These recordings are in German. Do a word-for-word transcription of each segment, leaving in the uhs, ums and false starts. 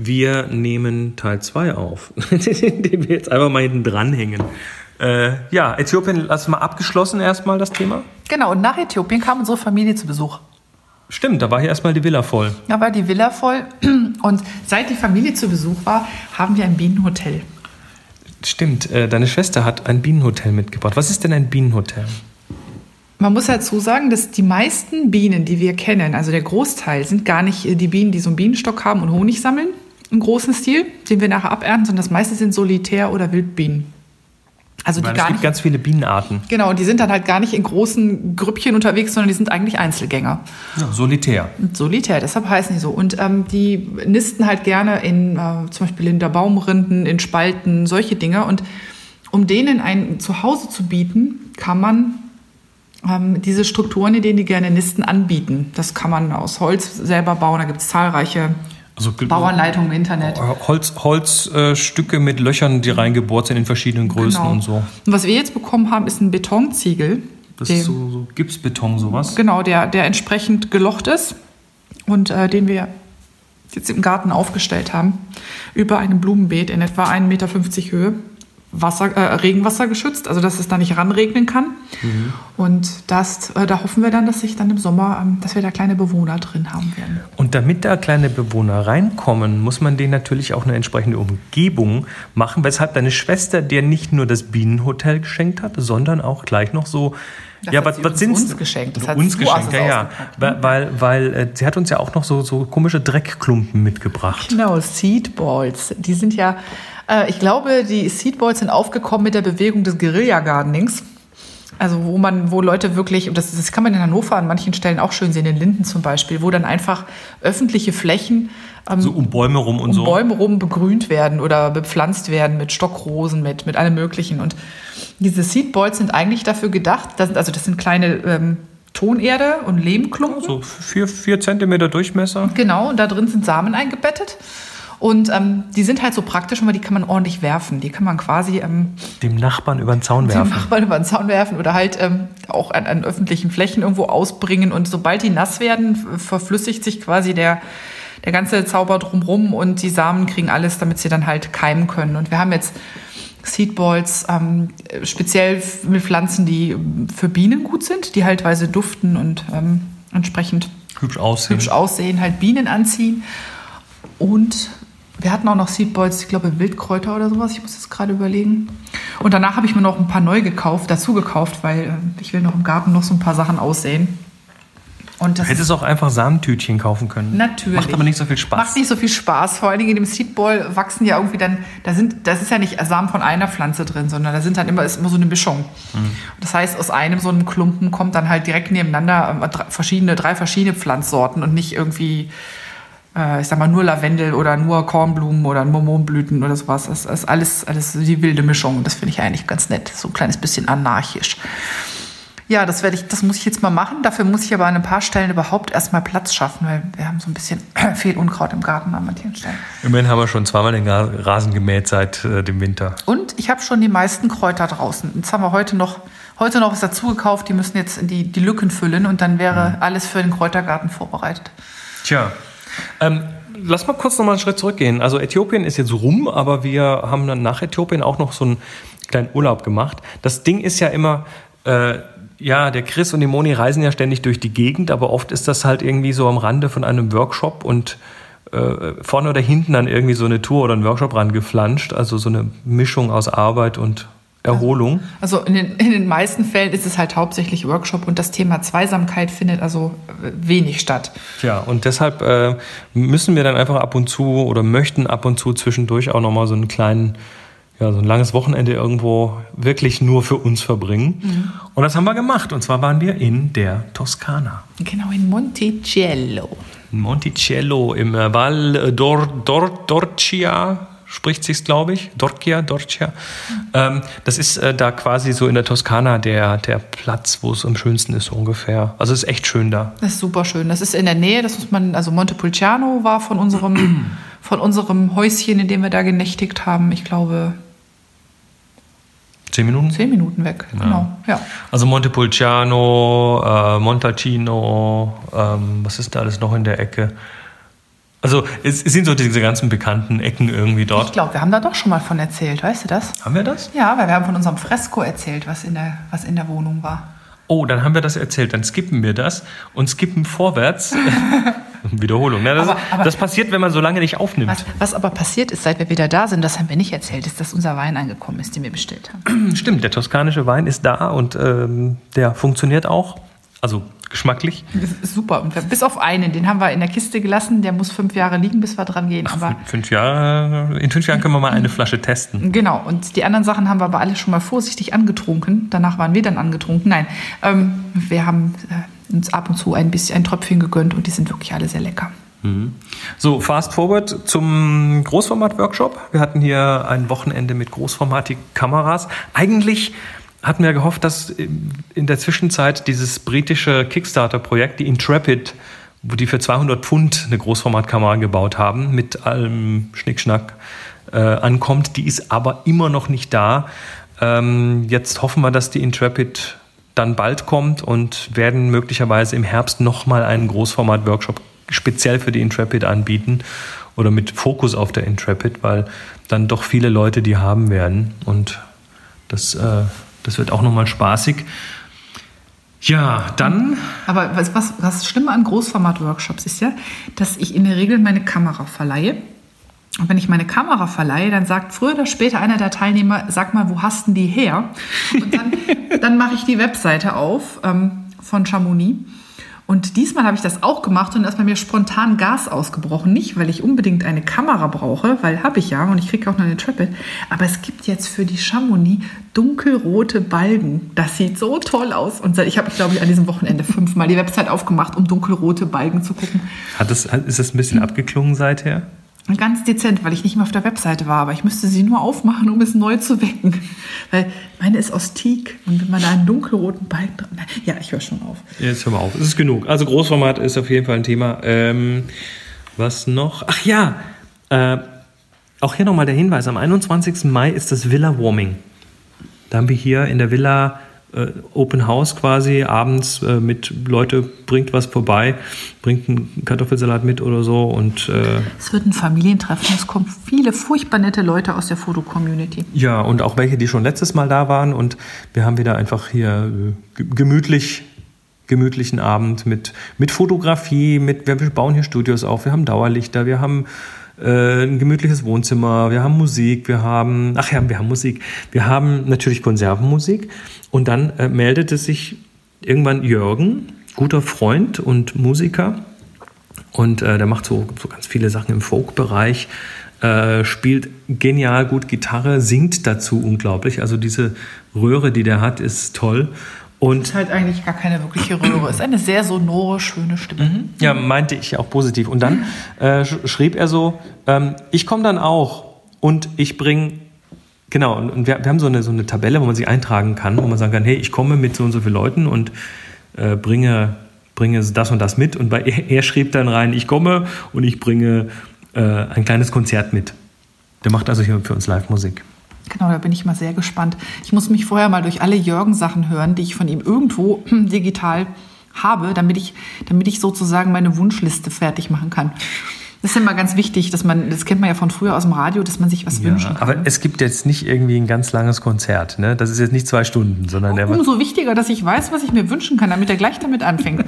Wir nehmen Teil zwei auf, den wir jetzt einfach mal hinten dranhängen. Äh, ja, Äthiopien, lass mal abgeschlossen erstmal das Thema. Genau, und nach Äthiopien kam unsere Familie zu Besuch. Stimmt, da war hier erstmal die Villa voll. Da war die Villa voll. Und seit die Familie zu Besuch war, haben wir ein Bienenhotel. Stimmt, äh, deine Schwester hat ein Bienenhotel mitgebracht. Was ist denn ein Bienenhotel? Man muss dazu sagen, dass die meisten Bienen, die wir kennen, also der Großteil, sind gar nicht die Bienen, die so einen Bienenstock haben und Honig sammeln, im großen Stil, den wir nachher abernten, sondern das meiste sind Solitär- oder Wildbienen. Also die Weil gar es gibt nicht, ganz viele Bienenarten. genau, und die sind dann halt gar nicht in großen Grüppchen unterwegs, sondern die sind eigentlich Einzelgänger. Ja, solitär. Und solitär, deshalb heißen die so. Und ähm, die nisten halt gerne in äh, zum Beispiel in der Baumrinden, in Spalten, solche Dinge. Und um denen ein Zuhause zu bieten, kann man ähm, diese Strukturen, in denen die gerne nisten, anbieten. Das kann man aus Holz selber bauen, da gibt es zahlreiche Also, Bauanleitungen im Internet. Holz, Holzstücke äh, mit Löchern, die reingebohrt sind in verschiedenen Größen Genau. und so. Und was wir jetzt bekommen haben, ist ein Betonziegel. Das der, ist so, so Gipsbeton, sowas. Genau, der, der entsprechend gelocht ist und äh, den wir jetzt im Garten aufgestellt haben, über einem Blumenbeet in etwa ein Meter fünfzig Höhe. Wasser, äh, Regenwasser geschützt, also dass es da nicht ranregnen kann. Mhm. Und das, äh, da hoffen wir dann, dass sich dann im Sommer, ähm, dass wir da kleine Bewohner drin haben werden. Und damit da kleine Bewohner reinkommen, muss man denen natürlich auch eine entsprechende Umgebung machen, weshalb deine Schwester dir nicht nur das Bienenhotel geschenkt hat, sondern auch gleich noch so. Das ja, hat was, sie was uns, sind uns geschenkt? Das hat uns du geschenkt, ja, ja. ausgepackt, Weil, ne? weil, weil äh, sie hat uns ja auch noch so, so komische Dreckklumpen mitgebracht. Genau, Seedballs. Die sind ja, äh, ich glaube, die Seedballs sind aufgekommen mit der Bewegung des Guerilla-Gardenings. Also wo man, wo Leute wirklich, und das, das kann man in Hannover an manchen Stellen auch schön sehen, in Linden zum Beispiel, wo dann einfach öffentliche Flächen ähm, So um Bäume rum und um so. Bäume rum begrünt werden oder bepflanzt werden mit Stockrosen, mit, mit allem Möglichen. Und diese Seedballs sind eigentlich dafür gedacht, dass, also das sind kleine ähm, Tonerde und Lehmklumpen. So vier, vier Zentimeter Durchmesser. Genau, und da drin sind Samen eingebettet. Und ähm, die sind halt so praktisch, weil die kann man ordentlich werfen. Die kann man quasi ähm, Dem Nachbarn über den Zaun dem werfen. Nachbarn über den Zaun werfen oder halt ähm, auch an, an öffentlichen Flächen irgendwo ausbringen. Und sobald die nass werden, verflüssigt sich quasi der, der ganze Zauber drumherum und die Samen kriegen alles, damit sie dann halt keimen können. Und wir haben jetzt Seedballs ähm, speziell mit Pflanzen, die für Bienen gut sind, die halt, weil sie duften und ähm, entsprechend Hübsch aussehen. hübsch aussehen, halt Bienen anziehen. Und wir hatten auch noch Seedballs, ich glaube Wildkräuter oder sowas, ich muss jetzt gerade überlegen. Und danach habe ich mir noch ein paar neu gekauft, dazu gekauft, weil äh, ich will noch im Garten noch so ein paar Sachen aussehen. Und das Du hättest auch einfach Samentütchen kaufen können. Natürlich. Macht aber nicht so viel Spaß. Macht nicht so viel Spaß. Vor allen Dingen in dem Seedball wachsen ja irgendwie dann, da sind, das ist ja nicht Samen von einer Pflanze drin, sondern da sind dann immer, ist immer so eine Mischung. Mhm. Das heißt, aus einem so einem Klumpen kommt dann halt direkt nebeneinander äh, drei verschiedene, drei verschiedene Pflanzsorten und nicht irgendwie, äh, ich sag mal, nur Lavendel oder nur Kornblumen oder nur Mohnblüten oder sowas. Das ist alles, alles die wilde Mischung. Und das finde ich eigentlich ganz nett. So ein kleines bisschen anarchisch. Ja, das werde ich, das muss ich jetzt mal machen. Dafür muss ich aber an ein paar Stellen überhaupt erstmal Platz schaffen, weil wir haben so ein bisschen viel Unkraut im Garten an manchen Stellen. Immerhin haben wir schon zweimal den Rasen gemäht seit äh, dem Winter. Und ich habe schon die meisten Kräuter draußen. Jetzt haben wir heute noch, heute noch was dazu gekauft. Die müssen jetzt in die, die Lücken füllen und dann wäre mhm. alles für den Kräutergarten vorbereitet. Tja, ähm, lass mal kurz noch mal einen Schritt zurückgehen. Also Äthiopien ist jetzt rum, aber wir haben dann nach Äthiopien auch noch so einen kleinen Urlaub gemacht. Das Ding ist ja immer... Äh, Ja, der Chris und die Moni reisen ja ständig durch die Gegend, aber oft ist das halt irgendwie so am Rande von einem Workshop und äh, vorne oder hinten dann irgendwie so eine Tour oder ein Workshop rangeflanscht. Also so eine Mischung aus Arbeit und Erholung. Also in den, in den meisten Fällen ist es halt hauptsächlich Workshop und das Thema Zweisamkeit findet also wenig statt. Tja, und deshalb äh, müssen wir dann einfach ab und zu oder möchten ab und zu zwischendurch auch nochmal so einen kleinen Ja, so ein langes Wochenende irgendwo wirklich nur für uns verbringen. Mhm. Und das haben wir gemacht. Und zwar waren wir in der Toskana. Genau, in Monticello. In Monticello im Val Dor, Dor, Dorcia, spricht sich's, glaube ich. Dorcia, Dorcia. Mhm. Ähm, das ist äh, da quasi so in der Toskana der, der Platz, wo es am schönsten ist, so ungefähr. Also es ist echt schön da. Das ist super schön. Das ist in der Nähe, das muss man, also Montepulciano war von unserem, von unserem Häuschen, in dem wir da genächtigt haben, ich glaube... Zehn Minuten? Zehn Minuten weg, ja. Genau. Ja. Also Montepulciano, äh, Montalcino, ähm, was ist da alles noch in der Ecke? Also es, es sind so diese ganzen bekannten Ecken irgendwie dort. Ich glaube, wir haben da doch schon mal von erzählt, weißt du das? Haben wir das? Ja, weil wir haben von unserem Fresko erzählt, was in der, was in der Wohnung war. Oh, dann haben wir das erzählt. Dann skippen wir das und skippen vorwärts. Wiederholung. Ne? Das, aber, aber, das passiert, wenn man so lange nicht aufnimmt. Was, was aber passiert ist, seit wir wieder da sind, das haben wir nicht erzählt, ist, dass unser Wein angekommen ist, den wir bestellt haben. Stimmt, der toskanische Wein ist da und ähm, der funktioniert auch. Also geschmacklich. Das ist super. Und bis auf einen, den haben wir in der Kiste gelassen. Der muss fünf Jahre liegen, bis wir dran gehen. Ach, aber fünf Jahre, in fünf Jahren können wir mal eine Flasche testen. Genau. Und die anderen Sachen haben wir aber alle schon mal vorsichtig angetrunken. Danach waren wir dann angetrunken. Nein, ähm, wir haben äh, uns ab und zu ein bisschen ein Tröpfchen gegönnt und die sind wirklich alle sehr lecker. Mhm. So, fast forward zum Großformat-Workshop. Wir hatten hier ein Wochenende mit großformatigen Kameras. Eigentlich hatten wir gehofft, dass in der Zwischenzeit dieses britische Kickstarter-Projekt, die Intrepid, wo die für zweihundert Pfund eine Großformatkamera gebaut haben, mit allem Schnickschnack äh, ankommt. Die ist aber immer noch nicht da. Ähm, jetzt hoffen wir, dass die Intrepid dann bald kommt und werden möglicherweise im Herbst nochmal einen Großformat-Workshop speziell für die Intrepid anbieten oder mit Fokus auf der Intrepid, weil dann doch viele Leute die haben werden und das äh, Das wird auch nochmal spaßig. Ja, dann... Aber was, was, was Schlimme an Großformat-Workshops ist ja, dass ich in der Regel meine Kamera verleihe. Und wenn ich meine Kamera verleihe, dann sagt früher oder später einer der Teilnehmer, sag mal, wo hast denn die her? Und dann, dann mache ich die Webseite auf ähm, von Chamonix. Und diesmal habe ich das auch gemacht und da ist bei mir spontan Gas ausgebrochen. Nicht, weil ich unbedingt eine Kamera brauche, weil habe ich ja und ich kriege auch noch eine Tripod. Aber es gibt jetzt für die Chamonix dunkelrote Balgen. Das sieht so toll aus. Und ich habe, glaube ich, an diesem Wochenende fünfmal die Website aufgemacht, um dunkelrote Balgen zu gucken. Hat das, ist das ein bisschen abgeklungen seither? Ganz dezent, weil ich nicht mehr auf der Webseite war, aber ich müsste sie nur aufmachen, um es neu zu wecken. Weil meine ist aus Teak und wenn man da einen dunkelroten Balken dran... Ja, ich höre schon auf. Jetzt hör mal auf, es ist genug. Also Großformat ist auf jeden Fall ein Thema. Ähm, was noch? Ach ja, äh, auch hier nochmal der Hinweis. Am einundzwanzigsten Mai ist das Villa Warming. Da haben wir hier in der Villa äh, Open House quasi abends äh, mit Leute, bringt was vorbei, bringt einen Kartoffelsalat mit oder so. Und äh, es wird ein Familientreffen, es kommen viele furchtbar nette Leute aus der Foto-Community. Ja, und auch welche, die schon letztes Mal da waren. Und wir haben wieder einfach hier äh, gemütlich, gemütlichen Abend mit, mit Fotografie, mit, wir bauen hier Studios auf, wir haben Dauerlichter, wir haben äh, ein gemütliches Wohnzimmer, wir haben Musik, wir haben, ach ja, wir haben Musik, wir haben natürlich Konservenmusik. Und dann äh, meldete sich irgendwann Jürgen, guter Freund und Musiker. Und äh, der macht so, so ganz viele Sachen im Folk-Bereich, äh, spielt genial gut Gitarre, singt dazu unglaublich. Also diese Röhre, die der hat, ist toll. Und ist halt eigentlich gar keine wirkliche Röhre. Ist eine sehr sonore, schöne Stimme. Mhm. Ja, meinte ich auch positiv. Und dann äh, schrieb er so, ähm, ich komme dann auch und ich bringe... Genau, und wir, wir haben so eine, so eine Tabelle, wo man sich eintragen kann, wo man sagen kann, hey, ich komme mit so und so vielen Leuten und äh, bringe, bringe das und das mit. Und bei, er, er schrieb dann rein, ich komme und ich bringe äh, ein kleines Konzert mit. Der macht also hier für uns Live-Musik. Genau, da bin ich mal sehr gespannt. Ich muss mich vorher mal durch alle Jürgen-Sachen hören, die ich von ihm irgendwo digital habe, damit ich, damit ich sozusagen meine Wunschliste fertig machen kann. Das ist immer ganz wichtig, dass man, das kennt man ja von früher aus dem Radio, dass man sich was ja, wünschen kann. Aber es gibt jetzt nicht irgendwie ein ganz langes Konzert, ne? Das ist jetzt nicht zwei Stunden, sondern... Oh, umso wichtiger, dass ich weiß, was ich mir wünschen kann, damit er gleich damit anfängt.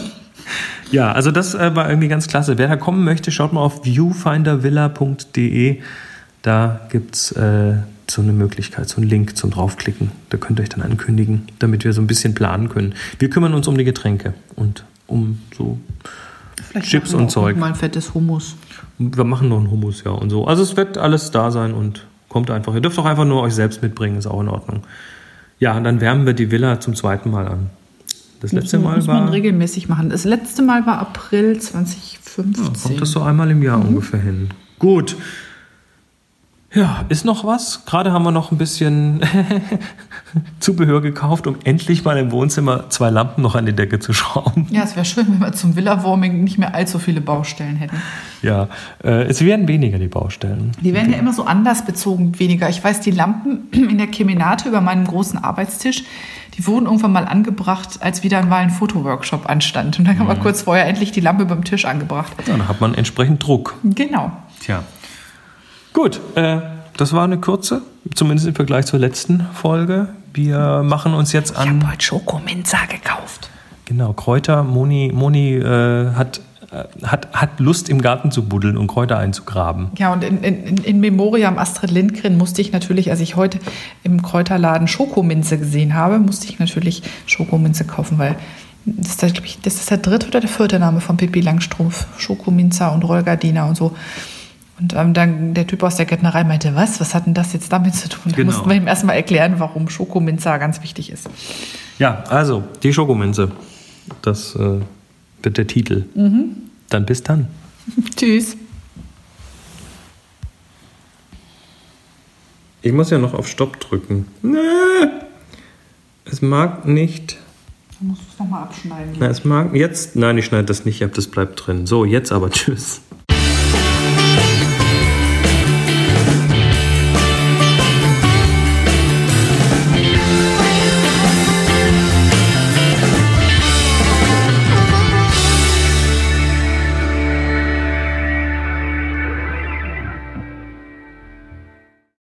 Ja, also das äh, war irgendwie ganz klasse. Wer da kommen möchte, schaut mal auf viewfinder villa punkt de. Da gibt es äh, so eine Möglichkeit, so einen Link zum draufklicken. Da könnt ihr euch dann ankündigen, damit wir so ein bisschen planen können. Wir kümmern uns um die Getränke und um so... Vielleicht Chips und Zeug. Mal ein fettes Hummus. Wir machen noch einen Hummus, ja, und so. Also es wird alles da sein und kommt einfach. Ihr dürft auch einfach nur euch selbst mitbringen, ist auch in Ordnung. Ja, und dann wärmen wir die Villa zum zweiten Mal an. Das letzte muss, Mal muss war... Muss man regelmäßig machen. Das letzte Mal war April zwanzig fünfzehn. Ja, kommt das so einmal im Jahr mhm. ungefähr hin. Gut. Ja, ist noch was? Gerade haben wir noch ein bisschen Zubehör gekauft, um endlich mal im Wohnzimmer zwei Lampen noch an die Decke zu schrauben. Ja, es wäre schön, wenn wir zum Villa-Warming nicht mehr allzu viele Baustellen hätten. Ja, äh, es werden weniger die Baustellen. Die werden ja immer so anlassbezogen weniger. Ich weiß, die Lampen in der Kemenate über meinem großen Arbeitstisch, die wurden irgendwann mal angebracht, als wieder mal ein Fotoworkshop anstand. Und dann haben wir kurz vorher endlich die Lampe über dem Tisch angebracht. Ja, dann hat man entsprechend Druck. Genau. Tja. Gut, äh, das war eine kurze, zumindest im Vergleich zur letzten Folge. Wir machen uns jetzt an... Ich habe heute Schokominza gekauft. Genau, Kräuter. Moni, Moni äh, hat, äh, hat, hat Lust, im Garten zu buddeln und Kräuter einzugraben. Ja, und in, in, in Memoriam Astrid Lindgren musste ich natürlich, als ich heute im Kräuterladen Schokominze gesehen habe, musste ich natürlich Schokominze kaufen, weil das ist, der, glaub ich, das ist der dritte oder der vierte Name von Pippi Langstrumpf. Schokominza und Rollgardina und so. Und ähm, dann der Typ aus der Gärtnerei meinte, was? Was hat denn das jetzt damit zu tun? Da Genau. mussten wir ihm erstmal erklären, warum Schokominza ganz wichtig ist. Ja, also, die Schokominze. Das äh, wird der Titel. Mhm. Dann bis dann. Tschüss. Ich muss ja noch auf Stopp drücken. Nee. Es mag nicht. Dann musst du es nochmal abschneiden. Na, es mag jetzt. Nein, ich schneide das nicht ab, das bleibt drin. So, jetzt aber tschüss.